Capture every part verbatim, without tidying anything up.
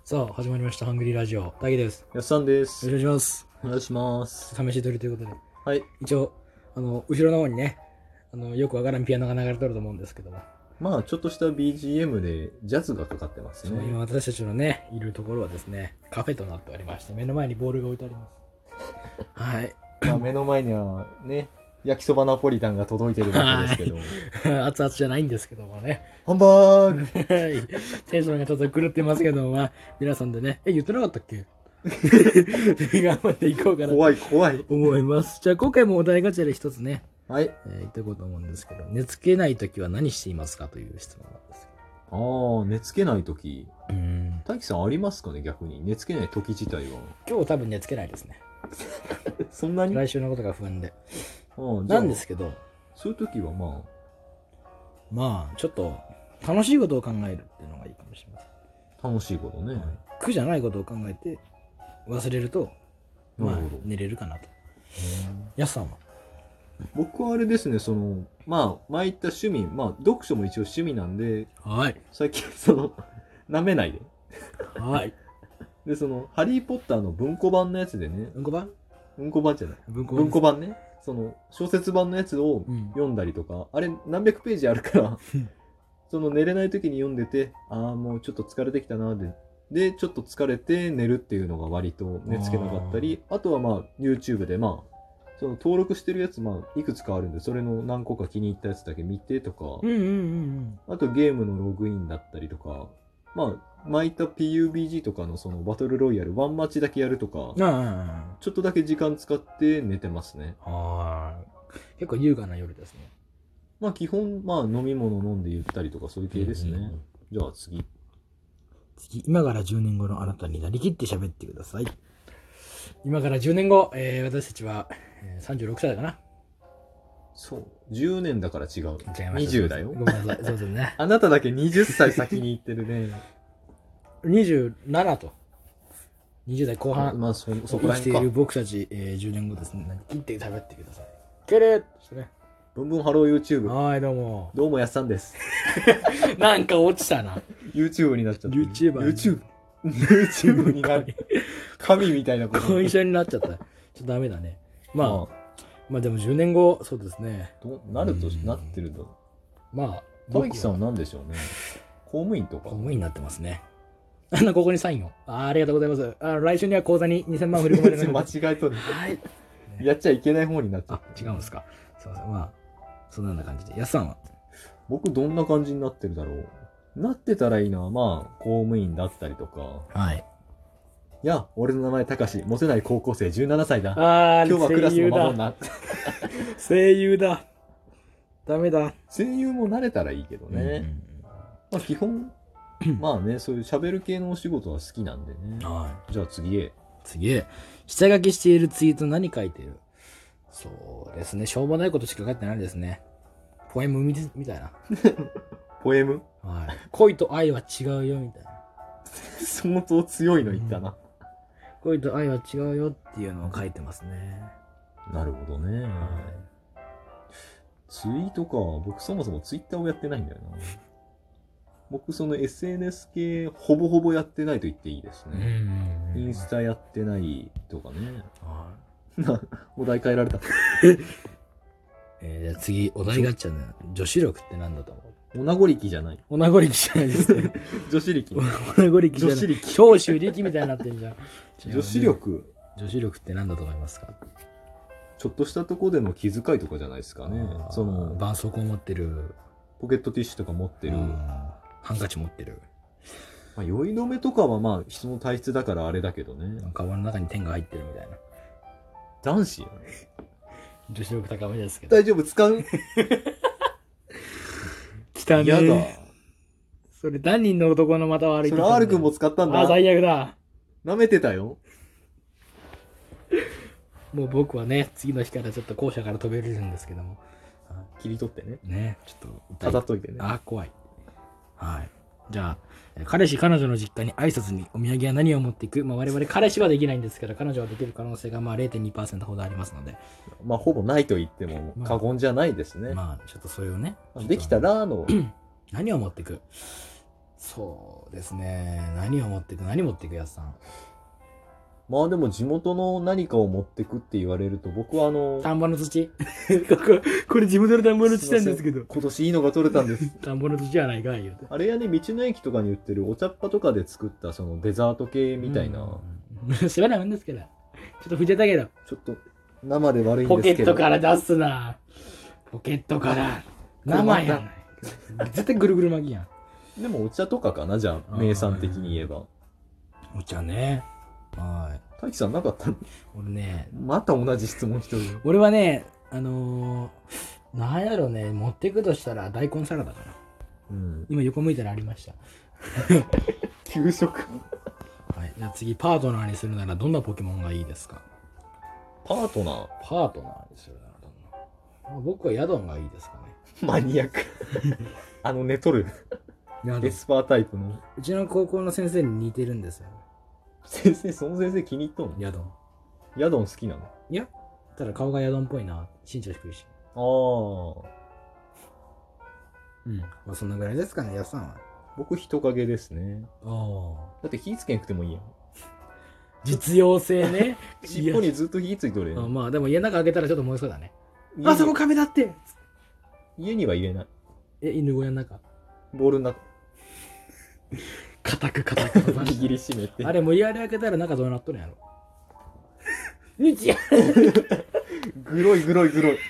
さあ、始まりました。ハングリーラジオ。大輝です。 やっさんです。 よろしくお願いします。 お願いします。 試し撮りということで。 はい。 一応、あの、後ろの方にね、あの、よくわからんピアノが流れてると思うんですけども。 まあ、ちょっとした ビージーエム でジャズがかかってますね。 今私たちのね、いるところはですね、カフェとなっておりまして、目の前にボールが置いてあります。はい。 まあ、目の前にはね、焼きそばナポリタンが届いてるわけですけど。 熱々じゃないんですけどもね。 ハンバーグはい。テンションがちょっと狂ってますけども、まあ、皆さんでね、え、言ってなかったっけ頑張っていこうかな。 怖い怖い。 思います。じゃあ今回もお題ガチャで一つね、 はい。 えー、言っていこうと思うんですけど、寝つけないときは何していますかという質問なんですああ、寝つけないとき。 うん。 大輝さんありますかね、逆に。寝つけないとき自体は。 今日多分寝つけないですね。 そんなに来週のことが不安で。 ああ、 なんですけど、 そういうときはままあ、ちょっと楽しいことを考えるっていうのがいいかもしれません。 あ、楽しいことね。 苦じゃないことを考えて忘れると、まあなるほど、 寝れるかなと。やすさんは僕はあれですね、その、まあ、前言った趣味、まあ、読書も一応趣味なんで、 はい。 最近、その、舐めないで。 はい。 で、その、ハリーポッターの文庫版のやつでね、 うんこ版文庫版じゃない。 文庫文庫版ね。その、小説版のやつを読んだりとか、あれ何百ページあるからその寝れない時に読んでて、ああ、もうちょっと疲れてきたな、で、で、ちょっと疲れて寝るっていうのが割と寝つけなかったり、あとはまあ、YouTube でまあ、その登録してるやつ、まあ、いくつかあるんで、それの何個か気に入ったやつだけ見てとか、 うんうんうんうんあとゲームのログインだったりとか、まあ、前言った ピーユービージー とかのそのバトルロイヤル、ワンマッチだけやるとか、 あちょっとだけ時間使って寝てますね。 あ、はい。結構優雅な夜ですね。 まあ基本、まあ飲み物飲んでゆったりとかそういう系ですね。 うんうんうん、 じゃあ次。 次、今からじゅうねんごのあなたになりきって喋ってください。今からじゅうねんご、えー、私たちは、えー、さんじゅうろくさいかな。 そう。じゅうねんだから違う。 違いました。 にじゅうだよ。 ごめんなさい。そうですね。 あなただけはたち先に行ってるね。 にじゅうななと。にじゅう代後半。 まあそ、そこ生きている僕たち、えー、じゅうねんごですね。なりきって喋ってください。けれーっとね。 ブンブンハロー YouTube。 はい、どうも。 どうもやっさんです。 なんか落ちたな。 YouTube になっちゃった。 YouTuber。 YouTube。YouTube になる。神みたいなこと。 一緒になっちゃった。ちょっとダメだね。まあ、まあ、まあでもじゅうねんご、そうですね。 どなるとなってると。 まあ、 大輝さんは何でしょうね。公務員とか。 公務員になってますね。あの、ここにサインを。あありがとうございます。あ来週には口座ににせんまん振り込まれるので。 間違えとる。 はい。 やっちゃいけない方になっちゃあ、 う。 違うんですか。すいません。まあ、そんなような感じで。やすさんは僕どんな感じになってるだろう。なってたらいいのは、まあ、公務員だったりとか。 はい。 いや、俺の名前、たかし。モテない高校生、じゅうななさいだ。 ああ、 今日はクラスのマドンナ。 声優だ。ダメだ。 声優も慣れたらいいけどね。うんうん、まあ、基本、まあね、そういう喋る系のお仕事は好きなんでね。 はい。 じゃあ次へ。 次へ。下書きしているツイート何書いてる？そうですね。しょうもないことしか書いてないですね。ポエムみたいな。 ポエム？ はい。恋と愛は違うよ、みたいな。 相当強いの言ったな、うん。 恋と愛は違うよっていうのを書いてますね。 なるほどね。はい、ツイートか。僕そもそもツイッターをやってないんだよな。僕その エスエヌエス 系ほぼほぼやってないと言っていいですね。インスタやってないとかね。はい。お題変えられた。 えー、じゃあ次、お題ガチャね。女子力って何だと思う？ おなご力じゃない。 おなご力じゃないですね。 女子力。 おなご力じゃない。女子力。長州力みたいになってんじゃん。 女子力。 女子力って何だと思いますか？ ちょっとしたところでの気遣いとかじゃないですかね。その、 絆創膏持ってる。 ポケットティッシュとか持ってる。 ハンカチ持ってる。 まあ、酔い止めとかはまあ人の体質だからあれだけどね。 カバンの中に点が入ってるみたいな。 男子よね。 女子力高めですけど。 大丈夫、使う来たね。 嫌だ。 それ何人の男の股を歩いてたんだ。 それ R 君も使ったんだ。 あ、最悪だ。 舐めてたよ。 もう僕はね、次の日からちょっと校舎から飛べるんですけども。 切り取ってね。 ね、ちょっと。 飾っといてね。 あ、怖い。はい。じゃあ、彼氏、彼女の実家に挨拶にお土産は何を持っていく？まあ我々彼氏はできないんですけど、彼女はできる可能性がまあ れいてんにパーセント ほどありますので。 まあほぼないと言っても過言じゃないですね。 まあ、まあ、ちょっとそれをね。 できたらの。 何を持っていく？そそうですね。何を持っていく何持っていくやつさん。 まあでも地元の何かを持ってくって言われると、僕はあの、 田んぼの土これ、これ地元の田んぼの土なんですけど。 今年いいのが取れたんです。 田んぼの土はないかい言うて。 あれやね、道の駅とかに売ってるお茶っ葉とかで作ったそのデザート系みたいな、 うん。しばらくんですけど。ちょっとふじゃったけど。 ちょっと生で悪いんポケッですけど。 トから出すな。ポケットから。生やん。絶対ぐるぐる巻きやん。 でもお茶とかかな、じゃあ、名産的に言えば。 お茶ね。はい。 大輝さんなかったの？ 俺ね、 また同じ質問一人。 俺はね、あのー、なんやろね、持っていくとしたら大根サラダかな。 うん。 今横向いたらありました。 給食。 はい。じゃあ次、パートナーにするならどんなポケモンがいいですか？ パートナー。 パートナーにするならどんな、まあ、僕はヤドンがいいですかね。 マニアック。あの、寝とる。 ヤドン。 エスパータイプの。 うちの高校の先生に似てるんですよ。 先生、その先生気に入っとんの？ ヤドン。 ヤドン好きなの？ いや、ただ顔がヤドンっぽいな。身長低いし。 ああ。 うん。まあそんなぐらいですかね、ヤスさんは。 僕、人影ですね。 ああ。 だって火つけなくてもいいやん。 実用性ね。 尻尾にずっと火ついとるやん。 あまあでも家の中開けたらちょっと燃えそうだね。 家にあそこ壁だって。 家には入れない。 え、犬小屋の中。 ボールの中。 固く固く握りしめて。 あれ無理やり開けたら中どうなっとるんやろ。日や。 グロいグロいグロい。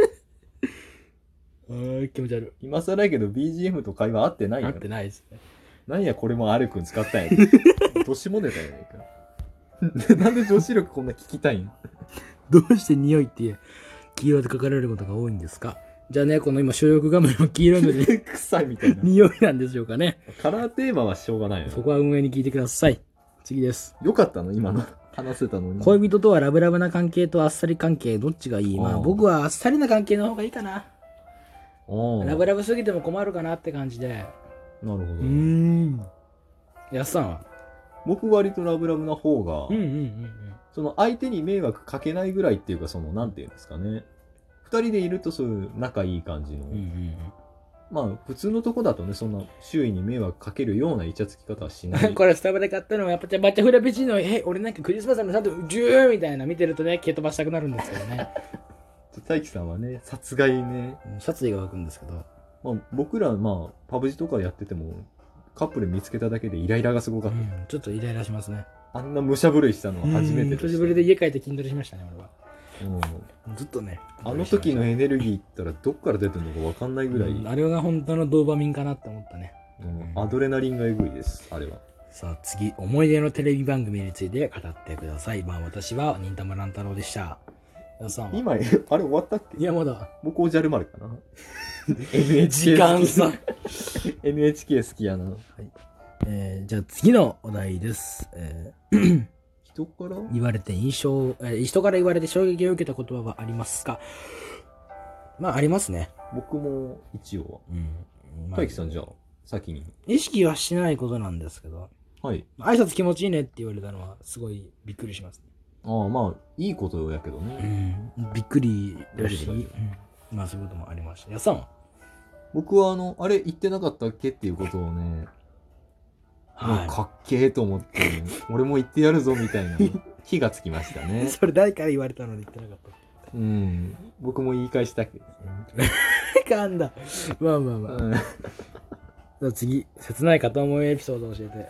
あー気持ち悪い。 今更やけど ビージーエム と会話合ってないよ。 合ってないですね。 何やこれもアルくん使ったんや。どしもネタやないか。なんで女子力こんな聞きたいん？ どうして匂いって黄色で書かれることが多いんですか？じゃあね、この今、所欲画面の黄色いので臭いみたいな。 匂いなんでしょうかね。 カラーテーマはしょうがないよ。 そこは運営に聞いてください。次です。 よかったの今の。話せたのに。 恋人とはラブラブな関係とあっさり関係、どっちがいい？まああー僕はあっさりな関係の方がいいかな。 おーラブラブすぎても困るかなって感じで。 なるほど。 うーん。やっさんは？ 僕割とラブラブな方が、 うんうんうんその相手に迷惑かけないぐらいっていうか、その、なんていうんですかね。二人でいるとそういう仲いい感じの。 うん。うんうんまあ、普通のとこだとね、そんな周囲に迷惑かけるようなイチャつき方はしなうん。 い。 これスタバで買ったのはやっぱりバッチャフラペチーノ、え、俺なんかクリスマスのサンドジューみたいな見てるとね、蹴飛ばしたくなるんですけどね。 大輝さんはね、殺害ね。 殺意が湧くんですけど。 まあ、僕ら、まあ、パブジとかやってても、カップル見つけただけでイライラがすごかった。 うん、ちょっとイライラしますね。 あんな武者震いしたのは初めてでした。 久しぶりで家帰って筋トレしましたね、俺は。 うん、 ずっとね。 あの時のエネルギーったらどっから出てるのか分かんないぐらい、 うんあれが本当のドーパミンかなって思ったね。 うんアドレナリンがエグいです、あれは。 さあ次、思い出のテレビ番組について語ってください。まあ私は忍たま乱太郎でした。皆さんは？ 今、あれ終わったっけ？ いやまだ。 僕おじゃる丸かな。エヌエイチケー時間差。 エヌエイチケー 好きやな。 えー、じゃあ次のお題です。えー人から言われて印象、えー人から言われて衝撃を受けた言葉はありますか？まあありますね。 僕も一応は。 うん。まあ大輝さんじゃあ、先に。 意識はしないことなんですけど、 はい。 挨拶気持ちいいねって言われたのはすごいびっくりしますね。 ああ、まあ、いいことやけどね。 うん。びっくりだし、 大丈夫大丈うんまあそういうこともありました。やっさんは？ 僕はあの、あれ言ってなかったっけっていうことをね、もうかっけーと思って、俺も言ってやるぞみたいな火がつきましたね。 それ誰から言われたのに言ってなかった。 うん。僕も言い返したけど。 かんだ。まあまあまあ。 うん、 じゃあ次、切ない片思いエピソードを教えて。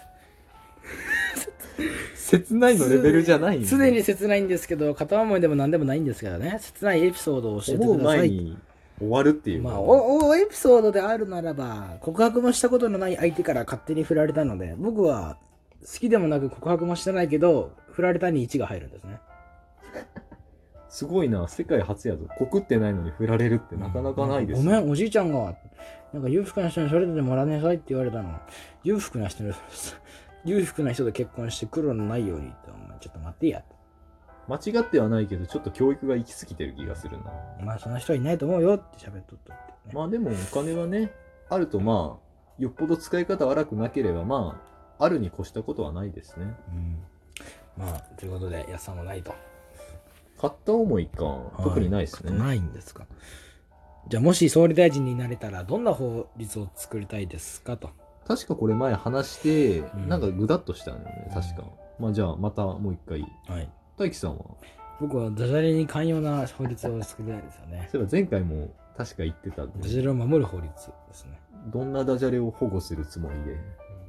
切ないのレベルじゃないよ。 常に切ないんですけど、片思いでも何でもないんですからね。切ないエピソードを教えて思うください。 前に終わるっていう。 まあ、お、おエピソードであるならば、告白もしたことのない相手から勝手に振られたので、僕は好きでもなく告白もしてないけど、振られたにいちが入るんですね。 すごいな、世界初やぞ。告ってないのに振られるってなかなかないですよ。 ごめん、おじいちゃんが、なんか裕福な人にそれでもらわねえさいって言われたの。裕福な人に、裕福な人と結婚して苦労のないようにって、お前ちょっと待ってや。 間違ってはないけど、ちょっと教育が行き過ぎてる気がするな。 まあそんな人はいないと思うよって喋っとったって、ね。 まあでもお金はね、あるとまあ、よっぽど使い方悪くなければまあ、あるに越したことはないですね。 うん。まあ、ということで、安さんもないと。 買った思いか、特にないですね。 ないんですか。じゃあもし総理大臣になれたらどんな法律を作りたいですかと。 確かこれ前話して、 うんなんかぐだっとしたんだよね、確か。まあじゃあまたもう一回。 はい。 大輝さんは僕はダジャレに寛容な法律を作りたいですよね。 そういえば前回も確か言ってたんで、 ダジャレを守る法律ですね。 どんなダジャレを保護するつもりで。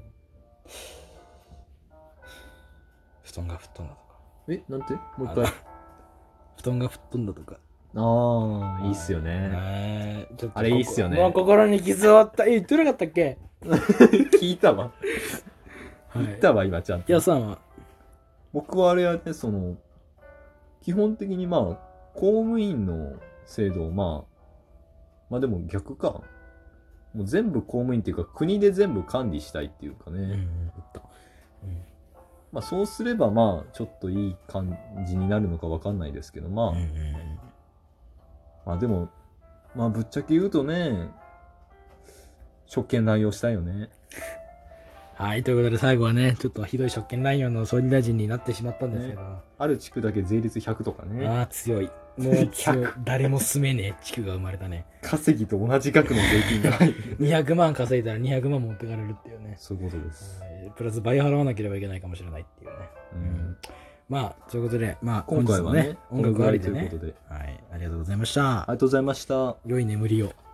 布団が吹っ飛んだとか。 え、なんてもう一回。 布団が吹っ飛んだとか。 ああ、いいっすよね。 ねちょっとあれいいっすよねもう心に傷を負った。え、言ってなかったっけ？ 聞いたわ。 はい。 言ったわ、今ちゃんと。 やさんは、 僕はあれはね、その、基本的にまあ、公務員の制度をまあ、まあでも逆か。もう全部公務員っていうか、国で全部管理したいっていうかね。 うんうんまあそうすればまあ、ちょっといい感じになるのかわかんないですけど、まあ、 うんうんまあでも、まあぶっちゃけ言うとね、職権乱用したいよね。 はい、ということで最後はね、ちょっとひどい職権乱用の総理大臣になってしまったんですけど、 ある地区だけ税率ひゃくとかね。 ああ、強い。もう強い。誰も住めねえ地区が生まれたね。 稼ぎと同じ額の税金が入る。 にひゃくまん稼いだらにひゃくまん持ってかれるっていうね。 そういうことです。 はいプラス倍払わなければいけないかもしれないっていうね。 ううんん、まあ、ということで、まあ、 今回はね、 本日もね、音楽ありでねということ。で。 はい、ありがとうございました。 ありがとうございました。 良い眠りを。